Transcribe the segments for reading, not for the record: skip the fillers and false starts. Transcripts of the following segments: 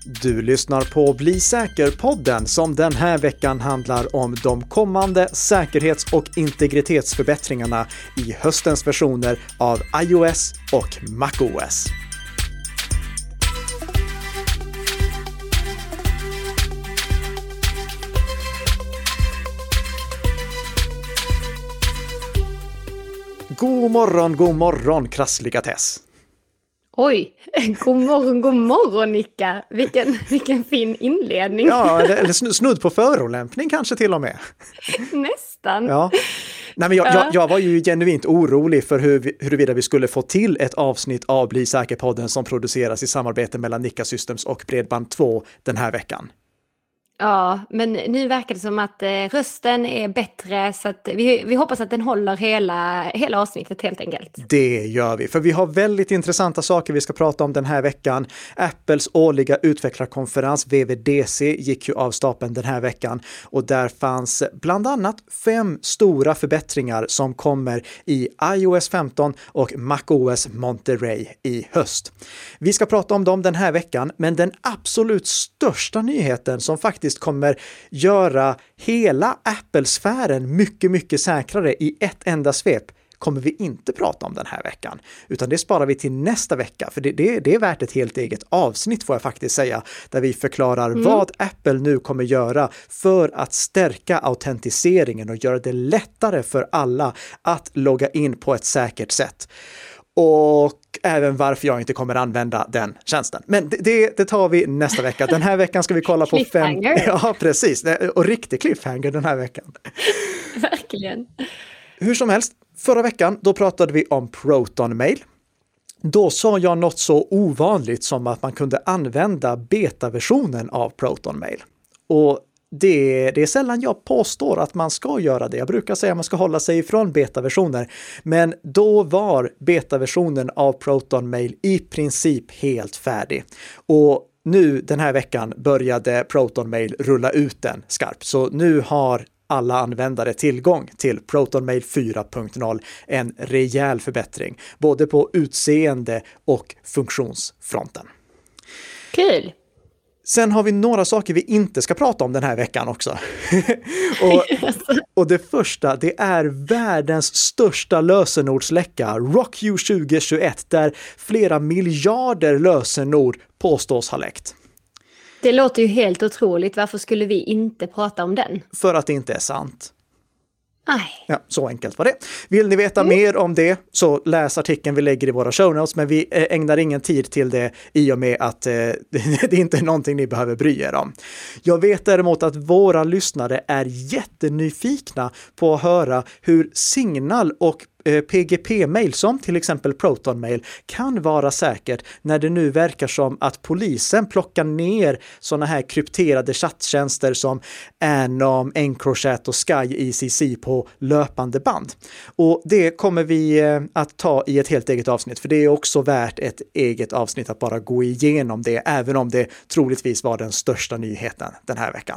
Du lyssnar på Bli säker-podden som den här veckan handlar om de kommande säkerhets- och integritetsförbättringarna i höstens versioner av iOS och macOS. God morgon, krassliga Tess. Oj, god morgon Nicka. Vilken fin inledning. Ja, eller snudd på förolämpning kanske till och med. Nästan. Ja. Nej, men jag var ju genuint orolig för huruvida vi skulle få till ett avsnitt av Bli säker-podden som produceras i samarbete mellan Nicka Systems och Bredband2 den här veckan. Ja, men nu verkar det som att rösten är bättre så att vi hoppas att den håller hela avsnittet helt enkelt. Det gör vi, för vi har väldigt intressanta saker vi ska prata om den här veckan. Apples årliga utvecklarkonferens WWDC gick ju av stapeln den här veckan och där fanns bland annat 5 stora förbättringar som kommer i iOS 15 och macOS Monterey i höst. Vi ska prata om dem den här veckan, men den absolut största nyheten som faktiskt kommer göra hela Apple-sfären mycket, mycket säkrare i ett enda svep kommer vi inte prata om den här veckan, utan det sparar vi till nästa vecka, för det är värt ett helt eget avsnitt får jag faktiskt säga, där vi förklarar vad Apple nu kommer göra för att stärka autentiseringen och göra det lättare för alla att logga in på ett säkert sätt. Och även varför jag inte kommer använda den tjänsten. Men det tar vi nästa vecka. Den här veckan ska vi kolla på 5... Ja, precis. Och riktig cliffhanger den här veckan. Verkligen. Hur som helst, förra veckan då pratade vi om Proton Mail. Då sa jag något så ovanligt som att man kunde använda betaversionen av Proton Mail. Och det är sällan jag påstår att man ska göra det. Jag brukar säga att man ska hålla sig ifrån betaversioner. Men då var betaversionen av Proton Mail i princip helt färdig. Och nu den här veckan började Proton Mail rulla ut den skarpt. Så nu har alla användare tillgång till Proton Mail 4.0. En rejäl förbättring. Både på utseende och funktionsfronten. Kul! Sen har vi några saker vi inte ska prata om den här veckan också. och det första, det är världens största lösenordsläcka, RockU 2021, där flera miljarder lösenord påstås ha läckt. Det låter ju helt otroligt. Varför skulle vi inte prata om den? För att det inte är sant. Nej. Ja, så enkelt var det. Vill ni veta mer om det så läs artikeln vi lägger i våra show notes, men vi ägnar ingen tid till det i och med att det inte är någonting ni behöver bry er om. Jag vet däremot att våra lyssnare är jättenyfikna på att höra hur Signal och PGP-mail som till exempel Proton-mail kan vara säkert när det nu verkar som att polisen plockar ner sådana här krypterade chatttjänster som Anom, Encrochat och Sky ECC på löpande band. Och det kommer vi att ta i ett helt eget avsnitt, för det är också värt ett eget avsnitt att bara gå igenom det, även om det troligtvis var den största nyheten den här veckan.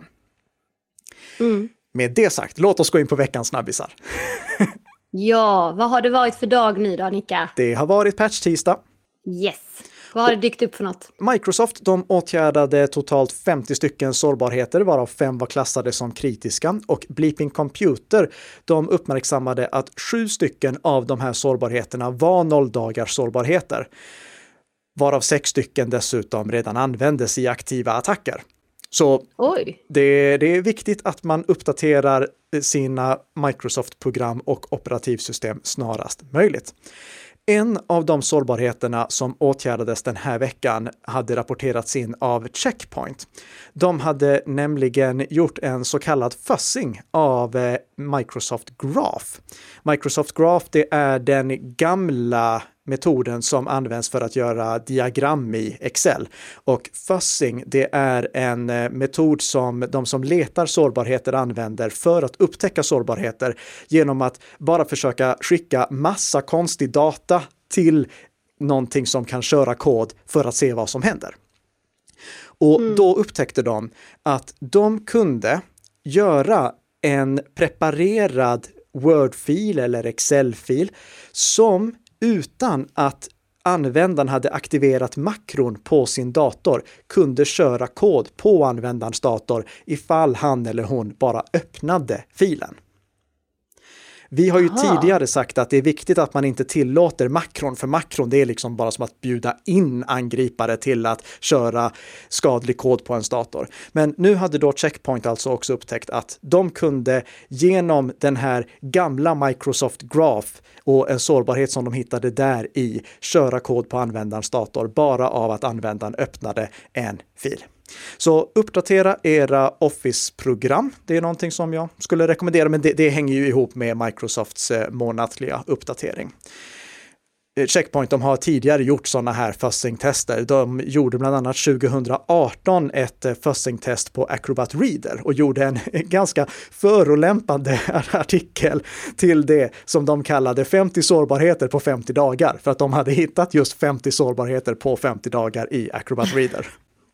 Med det sagt, låt oss gå in på veckans snabbisar. Ja, vad har det varit för dag nu då, Nicka? Det har varit patch-tisdag. Yes. Vad har det dykt upp för något? Microsoft, de åtgärdade totalt 50 stycken sårbarheter, varav 5 var klassade som kritiska. Och Bleeping Computer, de uppmärksammade att 7 stycken av de här sårbarheterna var 0-dagars sårbarheter. Varav 6 stycken dessutom redan användes i aktiva attacker. Så det är viktigt att man uppdaterar sina Microsoft-program och operativsystem snarast möjligt. En av de sårbarheterna som åtgärdades den här veckan hade rapporterats in av Checkpoint. De hade nämligen gjort en så kallad fuzzing av Microsoft Graph. Microsoft Graph, det är den gamla metoden som används för att göra diagram i Excel. Och fuzzing, det är en metod som de som letar sårbarheter använder för att upptäcka sårbarheter genom att bara försöka skicka massa konstig data till någonting som kan köra kod för att se vad som händer. Och då upptäckte de att de kunde göra en preparerad Word-fil eller Excel-fil som utan att användaren hade aktiverat makron på sin dator kunde köra kod på användarens dator ifall han eller hon bara öppnade filen. Vi har ju tidigare sagt att det är viktigt att man inte tillåter makron, för makron det är liksom bara som att bjuda in angripare till att köra skadlig kod på ens dator. Men nu hade då Checkpoint alltså också upptäckt att de kunde genom den här gamla Microsoft Graph och en sårbarhet som de hittade där i köra kod på användarens dator bara av att användaren öppnade en fil. Så uppdatera era Office-program. Det är någonting som jag skulle rekommendera, men det hänger ju ihop med Microsofts månatliga uppdatering. Checkpoint, de har tidigare gjort sådana här fuzzing-tester. De gjorde bland annat 2018 ett fuzzing-test på Acrobat Reader och gjorde en ganska förolämpande artikel till det som de kallade 50 sårbarheter på 50 dagar. För att de hade hittat just 50 sårbarheter på 50 dagar i Acrobat Reader.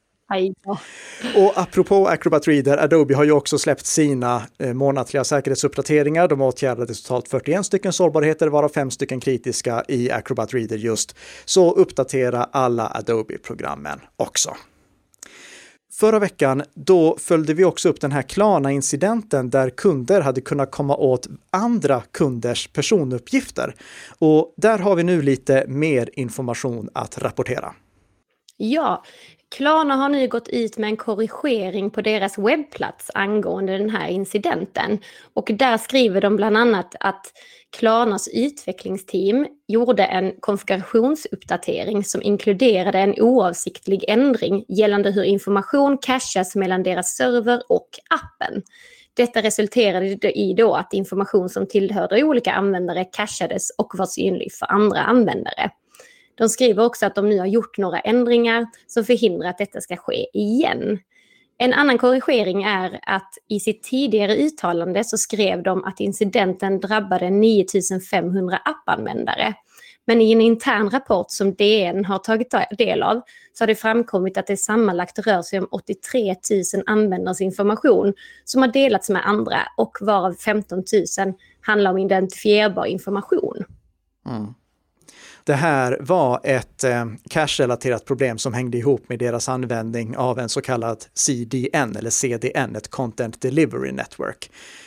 Och apropå Acrobat Reader, Adobe har ju också släppt sina månatliga säkerhetsuppdateringar. De åtgärdade totalt 41 stycken sårbarheter, varav 5 stycken kritiska i Acrobat Reader just. Så uppdatera alla Adobe-programmen också. Förra veckan, då följde vi också upp den här Klarna-incidenten där kunder hade kunnat komma åt andra kunders personuppgifter. Och där har vi nu lite mer information att rapportera. Ja, Klarna har nu gått ut med en korrigering på deras webbplats angående den här incidenten. Och där skriver de bland annat att Klarnas utvecklingsteam gjorde en konfigurationsuppdatering som inkluderade en oavsiktlig ändring gällande hur information cachas mellan deras server och appen. Detta resulterade i då att information som tillhörde olika användare cachades och var synlig för andra användare. De skriver också att de nu har gjort några ändringar som förhindrar att detta ska ske igen. En annan korrigering är att i sitt tidigare uttalande så skrev de att incidenten drabbade 9500 appanvändare. Men i en intern rapport som DN har tagit del av så har det framkommit att det sammanlagt rör sig om 83 000 användares information som har delats med andra och varav 15 000 handlar om identifierbar information. Mm. Det här var ett cache-relaterat problem som hängde ihop med deras användning av en så kallad CDN eller CDN, ett Content Delivery Network.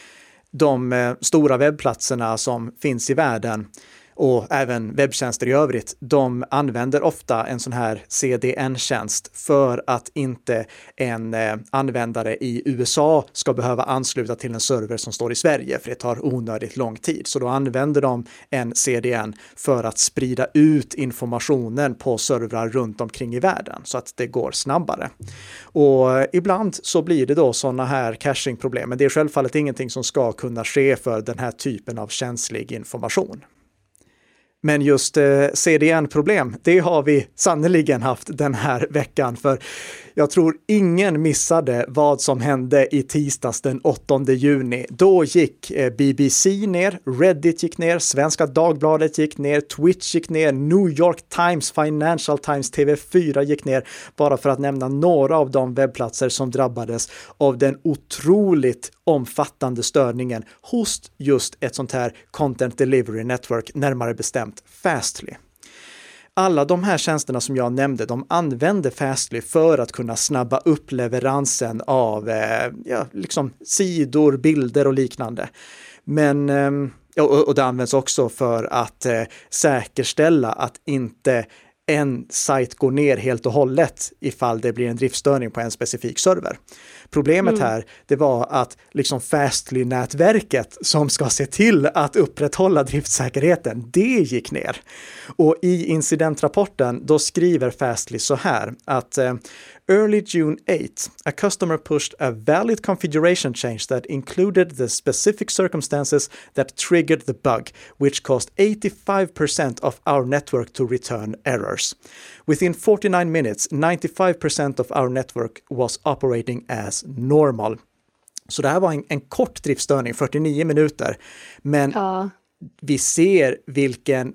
De stora webbplatserna som finns i världen och även webbtjänster i övrigt, de använder ofta en sån här CDN-tjänst för att inte en användare i USA ska behöva ansluta till en server som står i Sverige, för det tar onödigt lång tid. Så då använder de en CDN för att sprida ut informationen på servrar runt omkring i världen så att det går snabbare. Och ibland så blir det då sådana här caching-problem, men det är självfallet ingenting som ska kunna ske för den här typen av känslig information. Men just CDN-problem, det har vi sannoliken haft den här veckan, för jag tror ingen missade vad som hände i tisdags den 8 juni. Då gick BBC ner, Reddit gick ner, Svenska Dagbladet gick ner, Twitch gick ner, New York Times, Financial Times, TV4 gick ner, bara för att nämna några av de webbplatser som drabbades av den otroligt omfattande störningen hos just ett sånt här Content Delivery Network, närmare bestämt Fastly. Alla de här tjänsterna som jag nämnde, de använder Fastly för att kunna snabba upp leveransen av liksom sidor, bilder och liknande. Men och det används också för att säkerställa att inte en sajt går ner helt och hållet ifall det blir en driftstörning på en specifik server. Problemet här, det var att liksom Fastly-nätverket som ska se till att upprätthålla driftsäkerheten, det gick ner. Och i incidentrapporten då skriver Fastly så här att early June 8, a customer pushed a valid configuration change that included the specific circumstances that triggered the bug, which caused 85% of our network to return errors. Within 49 minutes, 95% of our network was operating as normal. Så det här var en kort driftstörning, 49 minuter. Men vi ser vilken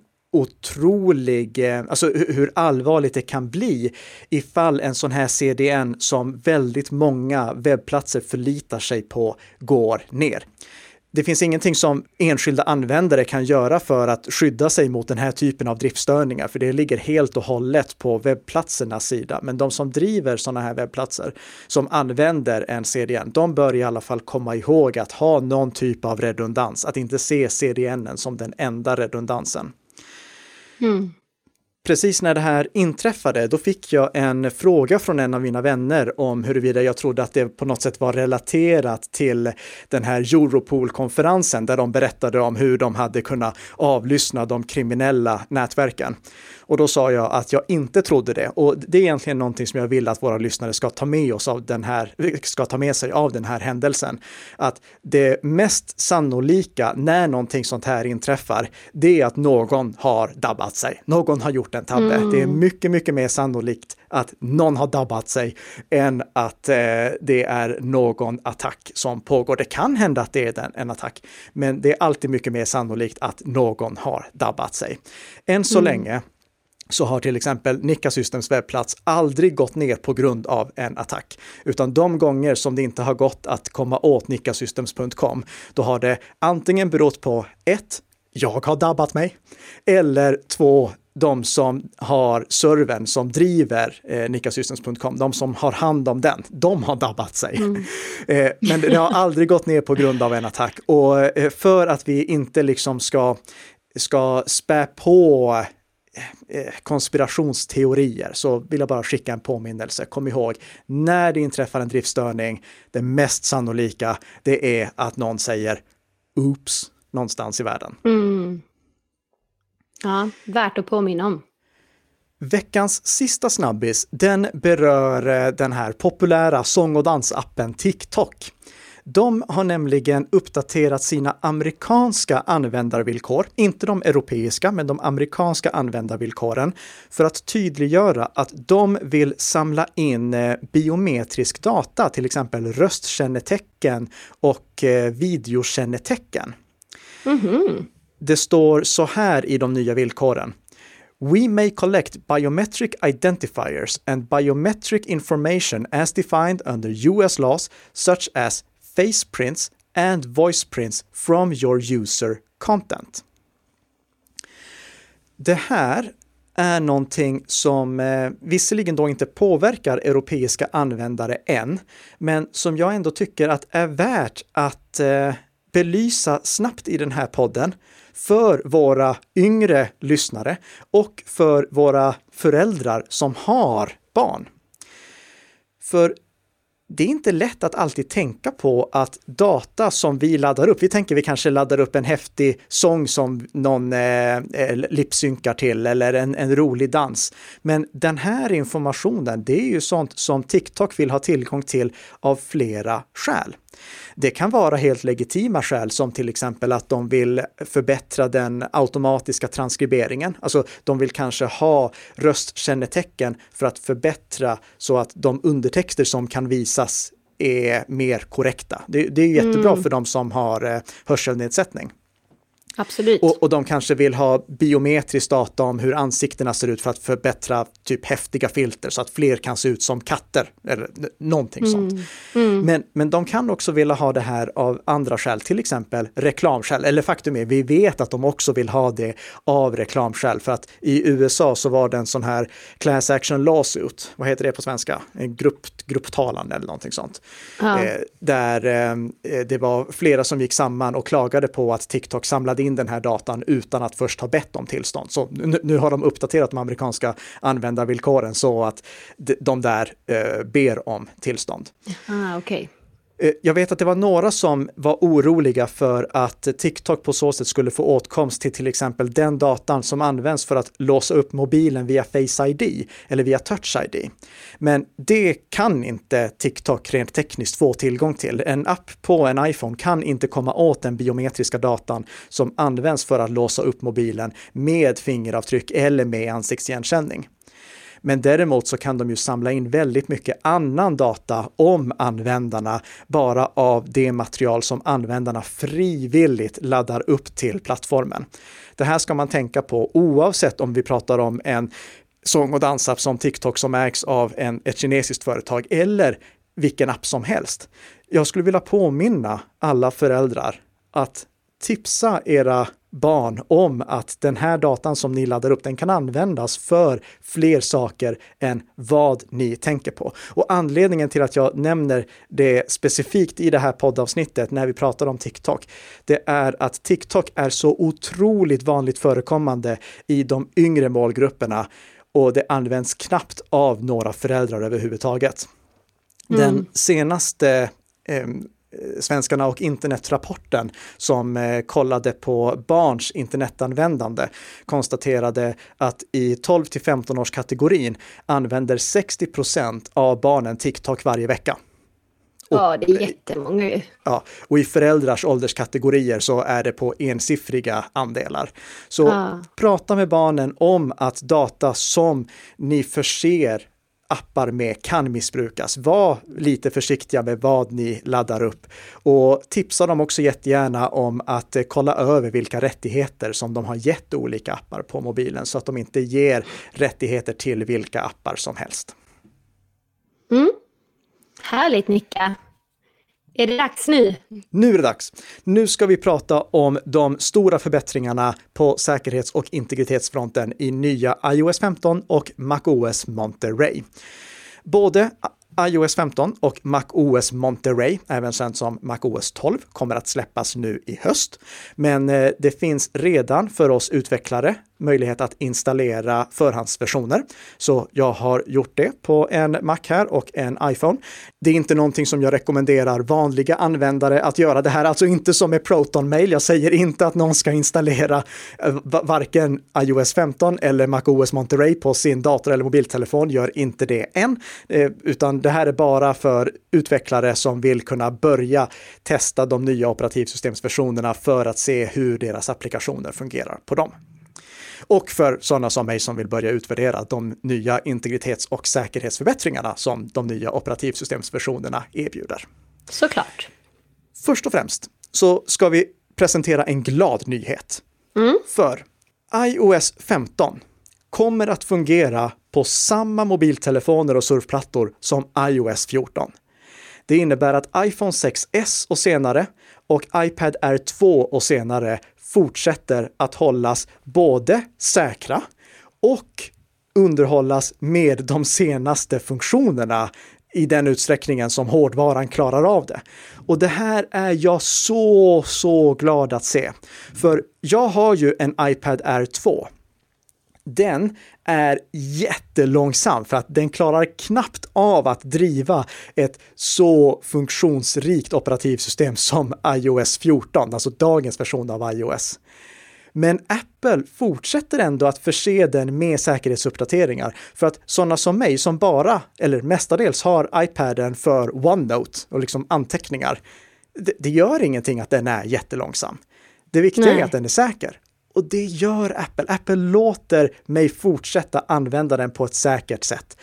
otrolig, alltså hur allvarligt det kan bli ifall en sån här CDN som väldigt många webbplatser förlitar sig på går ner. Det finns ingenting som enskilda användare kan göra för att skydda sig mot den här typen av driftstörningar, för det ligger helt och hållet på webbplatsernas sida. Men de som driver sådana här webbplatser som använder en CDN, de bör i alla fall komma ihåg att ha någon typ av redundans, att inte se CDN:en som den enda redundansen. Precis när det här inträffade, då fick jag en fråga från en av mina vänner om huruvida jag trodde att det på något sätt var relaterat till den här Europol-konferensen där de berättade om hur de hade kunnat avlyssna de kriminella nätverken. Och då sa jag att jag inte trodde det. Och det är egentligen någonting som jag vill att våra lyssnare ska ta med sig av den här händelsen. Att det mest sannolika när någonting sånt här inträffar, det är att någon har dabbat sig. Någon har gjort en tabbe. Det är mycket, mycket mer sannolikt att någon har dabbat sig än att det är någon attack som pågår. Det kan hända att det är en attack, men det är alltid mycket mer sannolikt att någon har dabbat sig. Än så länge så har till exempel Nika Systems webbplats aldrig gått ner på grund av en attack. Utan de gånger som det inte har gått att komma åt nikasystems.com, då har det antingen berott på 1. Jag har dabbat mig. Eller 2. De som har servern som driver nikasystems.com, de som har hand om den, de har dabbat sig. Men det har aldrig gått ner på grund av en attack. Och för att vi inte liksom ska spä på konspirationsteorier så vill jag bara skicka en påminnelse. Kom ihåg, när det inträffar en driftstörning, det mest sannolika, det är att någon säger oops någonstans i världen. Ja, värt att påminna om. Veckans sista snabbis, den berör den här populära sång- och dansappen TikTok. De har nämligen uppdaterat sina amerikanska användarvillkor, inte de europeiska, men de amerikanska användarvillkoren, för att tydliggöra att de vill samla in biometrisk data, till exempel röstkännetecken och videokännetecken. Det står så här i de nya villkoren. We may collect biometric identifiers and biometric information as defined under US laws such as face prints and voice prints from your user content. Det här är någonting som visserligen då inte påverkar europeiska användare än, men som jag ändå tycker att är värt att belysa snabbt i den här podden för våra yngre lyssnare och för våra föräldrar som har barn. För det är inte lätt att alltid tänka på att data som vi laddar upp, vi tänker vi kanske laddar upp en häftig sång som någon lipsynkar till eller en rolig dans. Men den här informationen, det är ju sånt som TikTok vill ha tillgång till av flera skäl. Det kan vara helt legitima skäl som till exempel att de vill förbättra den automatiska transkriberingen. Alltså de vill kanske ha röstkännetecken för att förbättra så att de undertexter som kan visas är mer korrekta. Det är jättebra för de som har hörselnedsättning. Absolut. Och de kanske vill ha biometrisk data om hur ansiktena ser ut för att förbättra typ häftiga filter så att fler kan se ut som katter eller någonting sånt. Men de kan också vilja ha det här av andra skäl, till exempel reklamskäl. Eller faktum är, vi vet att de också vill ha det av reklamskäl, för att i USA så var det en sån här class action lawsuit, vad heter det på svenska? En grupptalan eller någonting sånt. Där det var flera som gick samman och klagade på att TikTok samlade in den här datan utan att först ha bett om tillstånd. Så nu har de uppdaterat de amerikanska användarvillkoren så att de där ber om tillstånd. Okej. Jag vet att det var några som var oroliga för att TikTok på så sätt skulle få åtkomst till exempel den datan som används för att låsa upp mobilen via Face ID eller via Touch ID. Men det kan inte TikTok rent tekniskt få tillgång till. En app på en iPhone kan inte komma åt den biometriska datan som används för att låsa upp mobilen med fingeravtryck eller med ansiktsigenkänning. Men däremot så kan de ju samla in väldigt mycket annan data om användarna bara av det material som användarna frivilligt laddar upp till plattformen. Det här ska man tänka på oavsett om vi pratar om en sång- och dansapp som TikTok som ägs av ett kinesiskt företag eller vilken app som helst. Jag skulle vilja påminna alla föräldrar att tipsa era barn om att den här datan som ni laddar upp, den kan användas för fler saker än vad ni tänker på. Och anledningen till att jag nämner det specifikt i det här poddavsnittet när vi pratar om TikTok, det är att TikTok är så otroligt vanligt förekommande i de yngre målgrupperna och det används knappt av några föräldrar överhuvudtaget. Den senaste Svenskarna och internetrapporten som kollade på barns internetanvändande konstaterade att i 12-15 års kategorin använder 60% av barnen TikTok varje vecka. Ja, det är jättemånga. Ja, och i föräldrars ålderskategorier så är det på ensiffriga andelar. Så prata med barnen om att data som ni förser appar med kan missbrukas. Var lite försiktiga med vad ni laddar upp och tipsa dem också jättegärna om att kolla över vilka rättigheter som de har gett olika appar på mobilen så att de inte ger rättigheter till vilka appar som helst. Härligt, Nicka. Är det dags nu? Nu är det dags. Nu ska vi prata om de stora förbättringarna på säkerhets- och integritetsfronten i nya iOS 15 och macOS Monterey. Både iOS 15 och macOS Monterey, även känt som macOS 12, kommer att släppas nu i höst. Men det finns redan för oss utvecklare möjlighet att installera förhandsversioner. Så jag har gjort det på en Mac här och en iPhone. Det är inte någonting som jag rekommenderar vanliga användare att göra. Det här är alltså inte som med Proton Mail. Jag säger inte att någon ska installera varken iOS 15 eller macOS Monterey på sin dator eller mobiltelefon. Gör inte det än. Utan det här är bara för utvecklare som vill kunna börja testa de nya operativsystemsversionerna för att se hur deras applikationer fungerar på dem. Och för sådana som mig som vill börja utvärdera de nya integritets- och säkerhetsförbättringarna som de nya operativsystemsversionerna erbjuder. Såklart. Först och främst så ska vi presentera en glad nyhet. För iOS 15 kommer att fungera på samma mobiltelefoner och surfplattor som iOS 14. Det innebär att iPhone 6s och senare och iPad Air 2 och senare fortsätter att hållas både säkra och underhållas med de senaste funktionerna i den utsträckningen som hårdvaran klarar av det. Och det här är jag så glad att se. För jag har ju en iPad Air 2. Den är jättelångsam för att den klarar knappt av att driva ett så funktionsrikt operativsystem som iOS 14, alltså dagens version av iOS. Men Apple fortsätter ändå att förse den med säkerhetsuppdateringar för att sådana som mig som bara, eller mestadels har iPaden för OneNote och liksom anteckningar, det gör ingenting att den är jättelångsam. Det viktiga är att den är säker. Och det gör Apple. Apple låter mig fortsätta använda den på ett säkert sätt.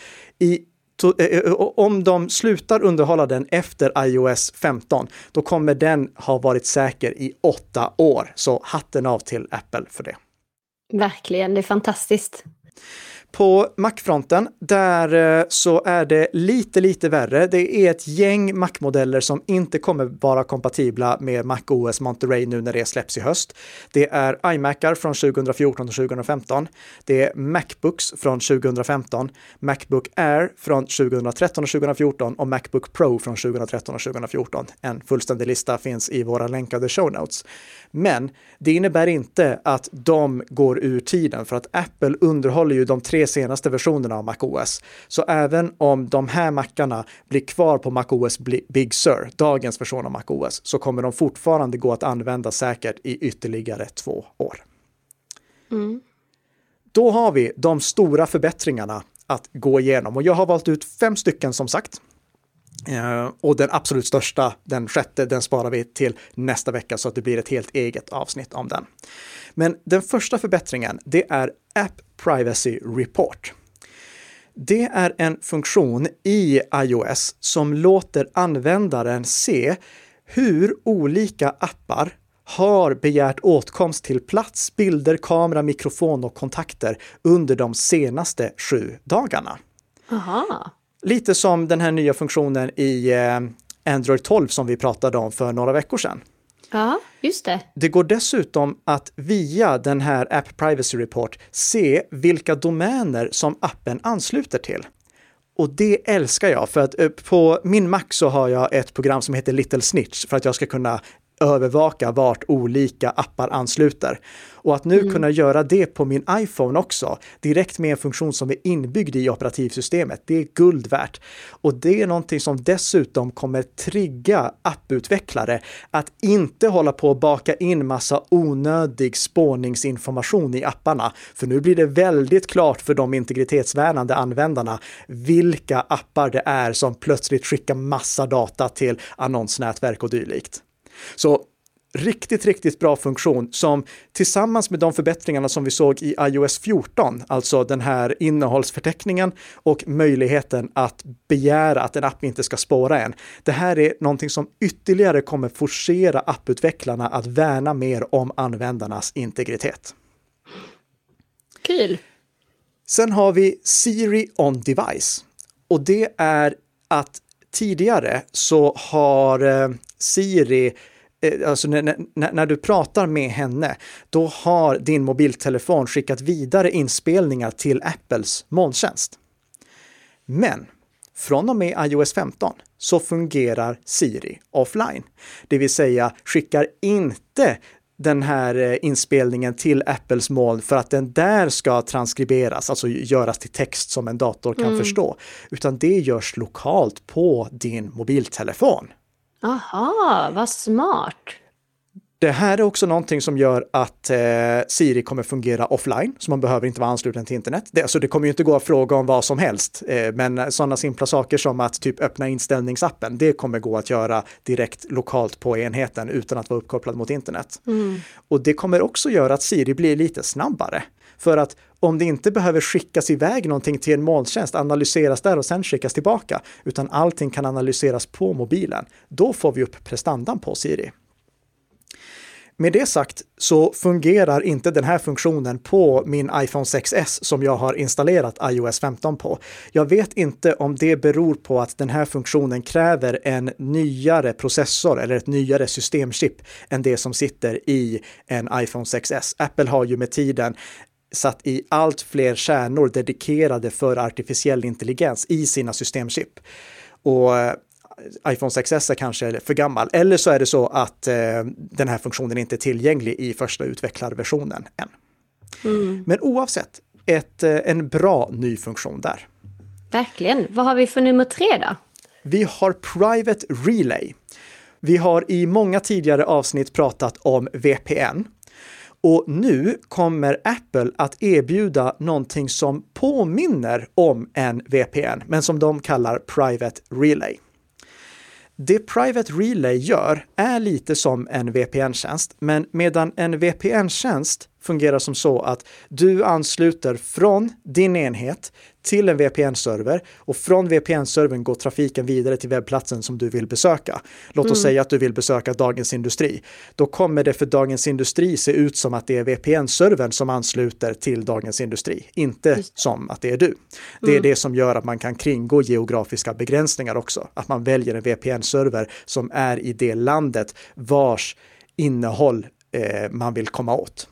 Om de slutar underhålla den efter iOS 15, då kommer den ha varit säker i 8 år. Så hatten av till Apple för det. Verkligen, det är fantastiskt. På Mac-fronten, där så är det lite värre. Det är ett gäng Mac-modeller som inte kommer vara kompatibla med macOS Monterey nu när det släpps i höst. Det är iMacar från 2014 och 2015. Det är Macbooks från 2015, Macbook Air från 2013 och 2014 och Macbook Pro från 2013 och 2014. En fullständig lista finns i våra länkade show notes. Men det innebär inte att de går ur tiden för att Apple underhåller ju de 3 senaste versionerna av macOS. Så även om de här Macarna blir kvar på macOS Big Sur, dagens version av macOS, så kommer de fortfarande gå att använda säkert i ytterligare 2 år. Då har vi de stora förbättringarna att gå igenom och jag har valt ut 5 stycken som sagt. Och den absolut största, den 6:e, den sparar vi till nästa vecka så att det blir ett helt eget avsnitt om den. Men den första förbättringen, det är App Privacy Report. Det är en funktion i iOS som låter användaren se hur olika appar har begärt åtkomst till plats, bilder, kamera, mikrofon och kontakter under de senaste 7 dagarna. Aha. Lite som den här nya funktionen i Android 12 som vi pratade om för några veckor sedan. Ja, just det. Det går dessutom att via den här App Privacy Report se vilka domäner som appen ansluter till. Och det älskar jag, för att på min Mac så har jag ett program som heter Little Snitch för att jag ska kunna övervaka vart olika appar ansluter. Och att nu kunna göra det på min iPhone också, direkt med en funktion som är inbyggd i operativsystemet, det är guld värt. Och det är någonting som dessutom kommer trigga apputvecklare att inte hålla på att baka in massa onödig spårningsinformation i apparna. För nu blir det väldigt klart för de integritetsvärnande användarna vilka appar det är som plötsligt skickar massa data till annonsnätverk och dylikt. Så riktigt bra funktion som tillsammans med de förbättringarna som vi såg i iOS 14, alltså den här innehållsförteckningen och möjligheten att begära att en app inte ska spåra en. Det här är någonting som ytterligare kommer forcera apputvecklarna att värna mer om användarnas integritet. Kul! Sen har vi Siri on device. Och det är att tidigare så har Siri, alltså när du pratar med henne, då har din mobiltelefon skickat vidare inspelningar till Apples molntjänst. Men från och med iOS 15 så fungerar Siri offline. Det vill säga skickar inte den här inspelningen till Apples moln för att den där ska transkriberas, alltså göras till text som en dator kan förstå, utan det görs lokalt på din mobiltelefon. Aha, vad smart. Det här är också någonting som gör att Siri kommer fungera offline, så man behöver inte vara ansluten till internet. Det kommer ju inte gå att fråga om vad som helst, men sådana simpla saker som att typ öppna inställningsappen, det kommer gå att göra direkt lokalt på enheten utan att vara uppkopplad mot internet. Och det kommer också göra att Siri blir lite snabbare. För att om det inte behöver skickas iväg någonting till en molntjänst, analyseras där och sen skickas tillbaka, utan allting kan analyseras på mobilen, då får vi upp prestandan på Siri. Med det sagt så fungerar inte den här funktionen på min iPhone 6s som jag har installerat iOS 15 på. Jag vet inte om det beror på att den här funktionen kräver en nyare processor eller ett nyare systemchip än det som sitter i en iPhone 6s. Apple har ju med tiden satt i allt fler kärnor dedikerade för artificiell intelligens i sina systemchip. Och iPhone 6s är kanske för gammal, eller så är det så att den här funktionen inte är tillgänglig i första utvecklarversionen än. Men oavsett, en bra ny funktion där. Verkligen. Vad har vi för nummer 3 då? Vi har Private Relay. Vi har i många tidigare avsnitt pratat om VPN. Och nu kommer Apple att erbjuda någonting som påminner om en VPN, men som de kallar Private Relay. Det Private Relay gör är lite som en VPN-tjänst, men medan en VPN-tjänst fungerar som så att du ansluter från din enhet till en VPN-server och från VPN-servern går trafiken vidare till webbplatsen som du vill besöka. Låt oss säga att du vill besöka Dagens Industri. Då kommer det för Dagens Industri se ut som att det är VPN-servern som ansluter till Dagens Industri, inte som att det är du. Det är det som gör att man kan kringgå geografiska begränsningar också. Att man väljer en VPN-server som är i det landet vars innehåll man vill komma åt.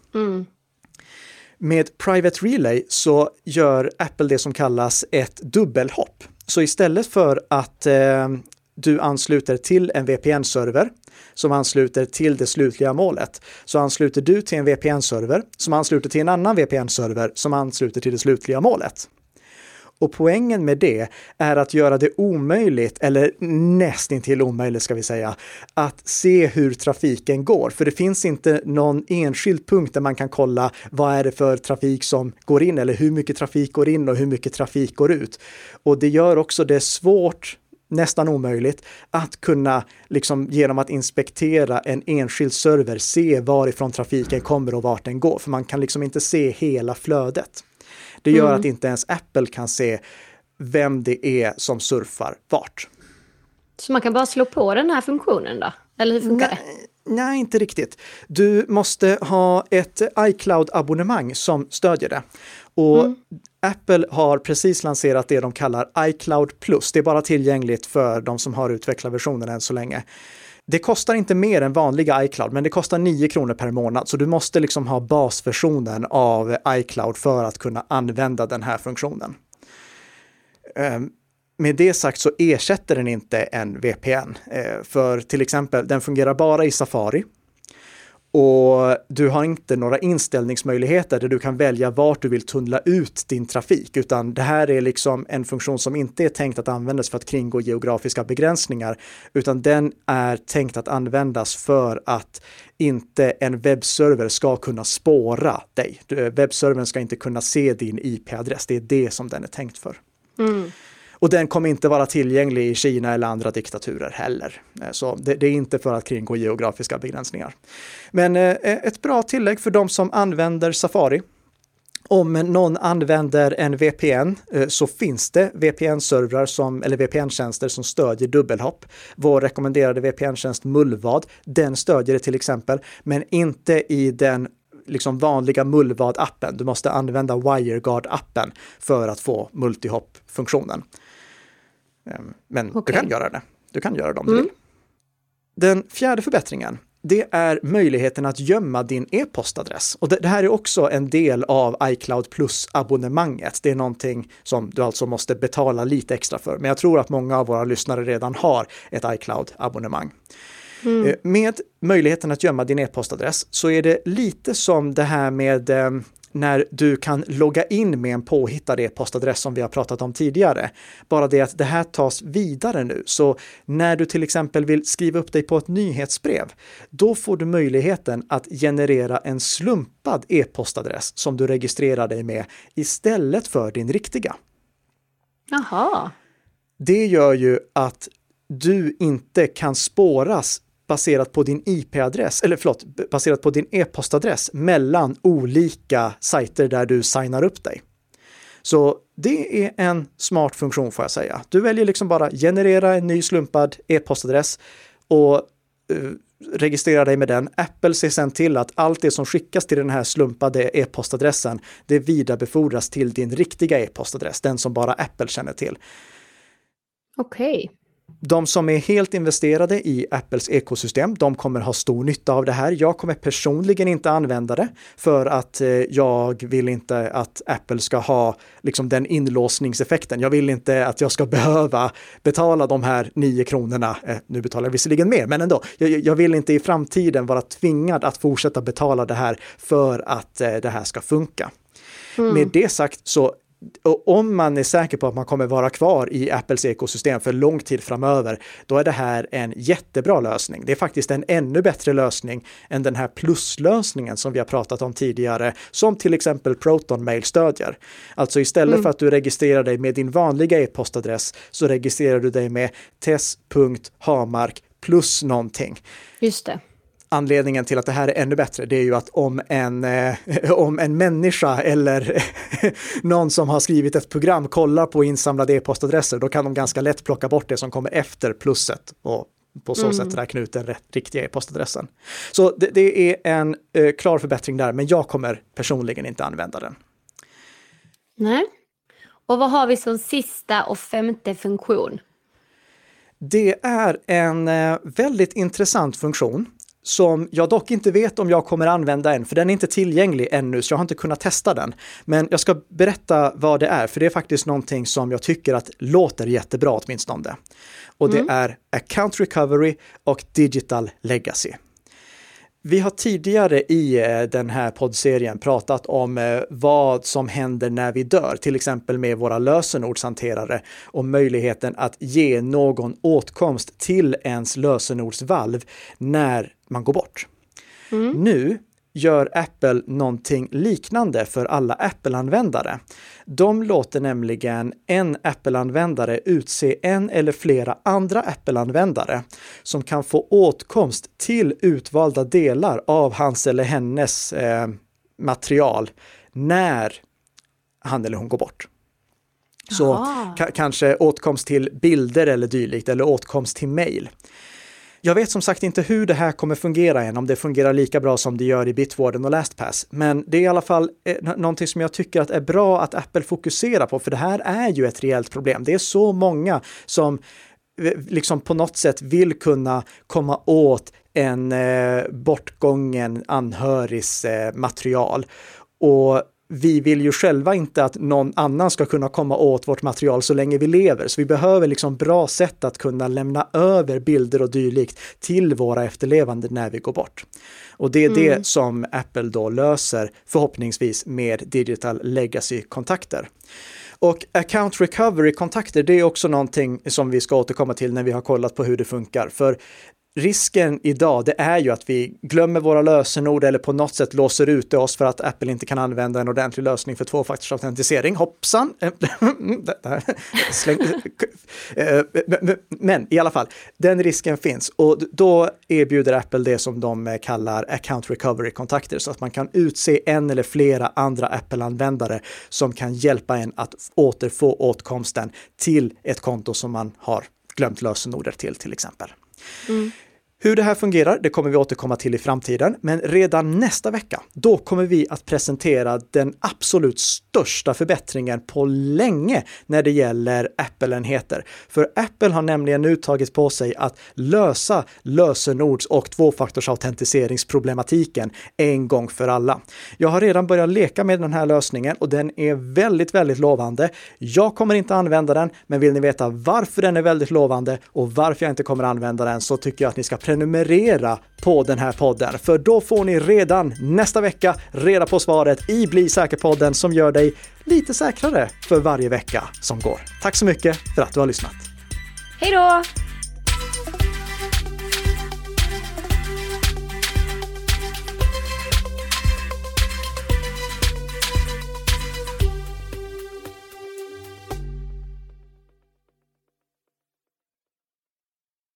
Med Private Relay så gör Apple det som kallas ett dubbelhopp. Så istället för att du ansluter till en VPN-server som ansluter till det slutliga målet, så ansluter du till en VPN-server som ansluter till en annan VPN-server som ansluter till det slutliga målet. Och poängen med det är att göra det omöjligt, eller nästintill omöjligt ska vi säga, att se hur trafiken går. För det finns inte någon enskild punkt där man kan kolla vad är det för trafik som går in, eller hur mycket trafik går in och hur mycket trafik går ut. Och det gör också det svårt, nästan omöjligt, att kunna genom att inspektera en enskild server se varifrån trafiken kommer och vart den går. För man kan inte se hela flödet. Det gör att inte ens Apple kan se vem det är som surfar vart. Så man kan bara slå på den här funktionen då? Eller hur funkar det? Nej, inte riktigt. Du måste ha ett iCloud-abonnemang som stödjer det. Och Apple har precis lanserat det de kallar iCloud Plus. Det är bara tillgängligt för de som har utvecklarversionen än så länge. Det kostar inte mer än vanliga iCloud, men det kostar 9 kronor per månad. Så du måste liksom ha basversionen av iCloud för att kunna använda den här funktionen. Med det sagt så ersätter den inte en VPN. För till exempel, den fungerar bara i Safari. Och du har inte några inställningsmöjligheter där du kan välja vart du vill tunnla ut din trafik, utan det här är liksom en funktion som inte är tänkt att användas för att kringgå geografiska begränsningar, utan den är tänkt att användas för att inte en webbserver ska kunna spåra dig. Webbservern ska inte kunna se din IP-adress, det är det som den är tänkt för. Och den kommer inte vara tillgänglig i Kina eller andra diktaturer heller. Så det är inte för att kringgå geografiska begränsningar. Men ett bra tillägg för de som använder Safari. Om någon använder en VPN så finns det VPN-servrar eller VPN-tjänster som stödjer dubbelhopp. Vår rekommenderade VPN-tjänst Mullvad, den stödjer det till exempel, men inte i den liksom vanliga Mullvad-appen. Du måste använda WireGuard-appen för att få multihopp-funktionen. Men du kan göra det. Du kan göra det om du vill. Den fjärde förbättringen, det är möjligheten att gömma din e-postadress. Och det här är också en del av iCloud Plus-abonnemanget. Det är någonting som du alltså måste betala lite extra för. Men jag tror att många av våra lyssnare redan har ett iCloud-abonnemang. Med möjligheten att gömma din e-postadress så är det lite som det här med när du kan logga in med en påhittad e-postadress som vi har pratat om tidigare. Bara det att det här tas vidare nu. Så när du till exempel vill skriva upp dig på ett nyhetsbrev, då får du möjligheten att generera en slumpad e-postadress som du registrerar dig med istället för din riktiga. Jaha. Det gör ju att du inte kan spåras baserat på din IP-adress, baserat på din e-postadress mellan olika sajter där du signar upp dig. Så det är en smart funktion får jag säga. Du väljer liksom bara generera en ny slumpad e-postadress och registrera dig med den. Apple ser sen till att allt det som skickas till den här slumpade e-postadressen, det vidarebefordras till din riktiga e-postadress, den som bara Apple känner till. Okej. De som är helt investerade i Apples ekosystem, de kommer ha stor nytta av det här. Jag kommer personligen inte använda det för att jag vill inte att Apple ska ha liksom den inlåsningseffekten. Jag vill inte att jag ska behöva betala de här 9 kronorna. Nu betalar jag visserligen mer, men ändå. Jag vill inte i framtiden vara tvingad att fortsätta betala det här för att det här ska funka. Med det sagt så om man är säker på att man kommer vara kvar i Apples ekosystem för lång tid framöver, då är det här en jättebra lösning. Det är faktiskt en ännu bättre lösning än den här pluslösningen som vi har pratat om tidigare, som till exempel Proton Mail stödjer. Alltså istället för att du registrerar dig med din vanliga e-postadress så registrerar du dig med tess.hamark plus någonting. Just det. Anledningen till att det här är ännu bättre, det är ju att om en människa eller någon som har skrivit ett program kollar på insamlade e-postadresser, då kan de ganska lätt plocka bort det som kommer efter plusset och på så sätt räkna ut den riktiga e-postadressen. Så det är en klar förbättring där, men jag kommer personligen inte använda den. Nej. Och vad har vi som sista och femte funktion? Det är en väldigt intressant funktion som jag dock inte vet om jag kommer använda än, för den är inte tillgänglig ännu så jag har inte kunnat testa den. Men jag ska berätta vad det är, för det är faktiskt någonting som jag tycker att låter jättebra åtminstone. Och det är Account Recovery och Digital Legacy. Vi har tidigare i den här poddserien pratat om vad som händer när vi dör, till exempel med våra lösenordshanterare och möjligheten att ge någon åtkomst till ens lösenordsvalv när man går bort. Nu gör Apple någonting liknande för alla Apple-användare. De låter nämligen en Apple-användare utse en eller flera andra Apple-användare som kan få åtkomst till utvalda delar av hans eller hennes material när han eller hon går bort. Så kanske åtkomst till bilder eller dylikt, eller åtkomst till mail. Jag vet som sagt inte hur det här kommer fungera än, om det fungerar lika bra som det gör i Bitwarden och LastPass. Men det är i alla fall någonting som jag tycker att är bra att Apple fokuserar på, för det här är ju ett reellt problem. Det är så många som liksom på något sätt vill kunna komma åt en bortgången anhörigs material. Och vi vill ju själva inte att någon annan ska kunna komma åt vårt material så länge vi lever. Så vi behöver liksom bra sätt att kunna lämna över bilder och dylikt till våra efterlevande när vi går bort. Och det är det som Apple då löser förhoppningsvis med Digital Legacy-kontakter. Och Account Recovery-kontakter, det är också någonting som vi ska återkomma till när vi har kollat på hur det funkar. För risken idag, det är ju att vi glömmer våra lösenord eller på något sätt låser ut oss för att Apple inte kan använda en ordentlig lösning för tvåfaktorsautentisering. Hoppsan! Men i alla fall, den risken finns. Och då erbjuder Apple det som de kallar Account Recovery-kontakter, så att man kan utse en eller flera andra Apple-användare som kan hjälpa en att återfå åtkomsten till ett konto som man har glömt lösenordet till exempel. Hur det här fungerar, det kommer vi återkomma till i framtiden, men redan nästa vecka, då kommer vi att presentera den absolut största förbättringen på länge när det gäller Apple-enheter. För Apple har nämligen nu tagit på sig att lösa lösenords- och tvåfaktorsautentiseringsproblematiken en gång för alla. Jag har redan börjat leka med den här lösningen och den är väldigt, väldigt lovande. Jag kommer inte använda den, men vill ni veta varför den är väldigt lovande och varför jag inte kommer använda den, så tycker jag att ni ska prenumerera på den här podden, för då får ni redan nästa vecka reda på svaret i Bli säker-podden som gör dig lite säkrare för varje vecka som går. Tack så mycket för att du har lyssnat. Hej då!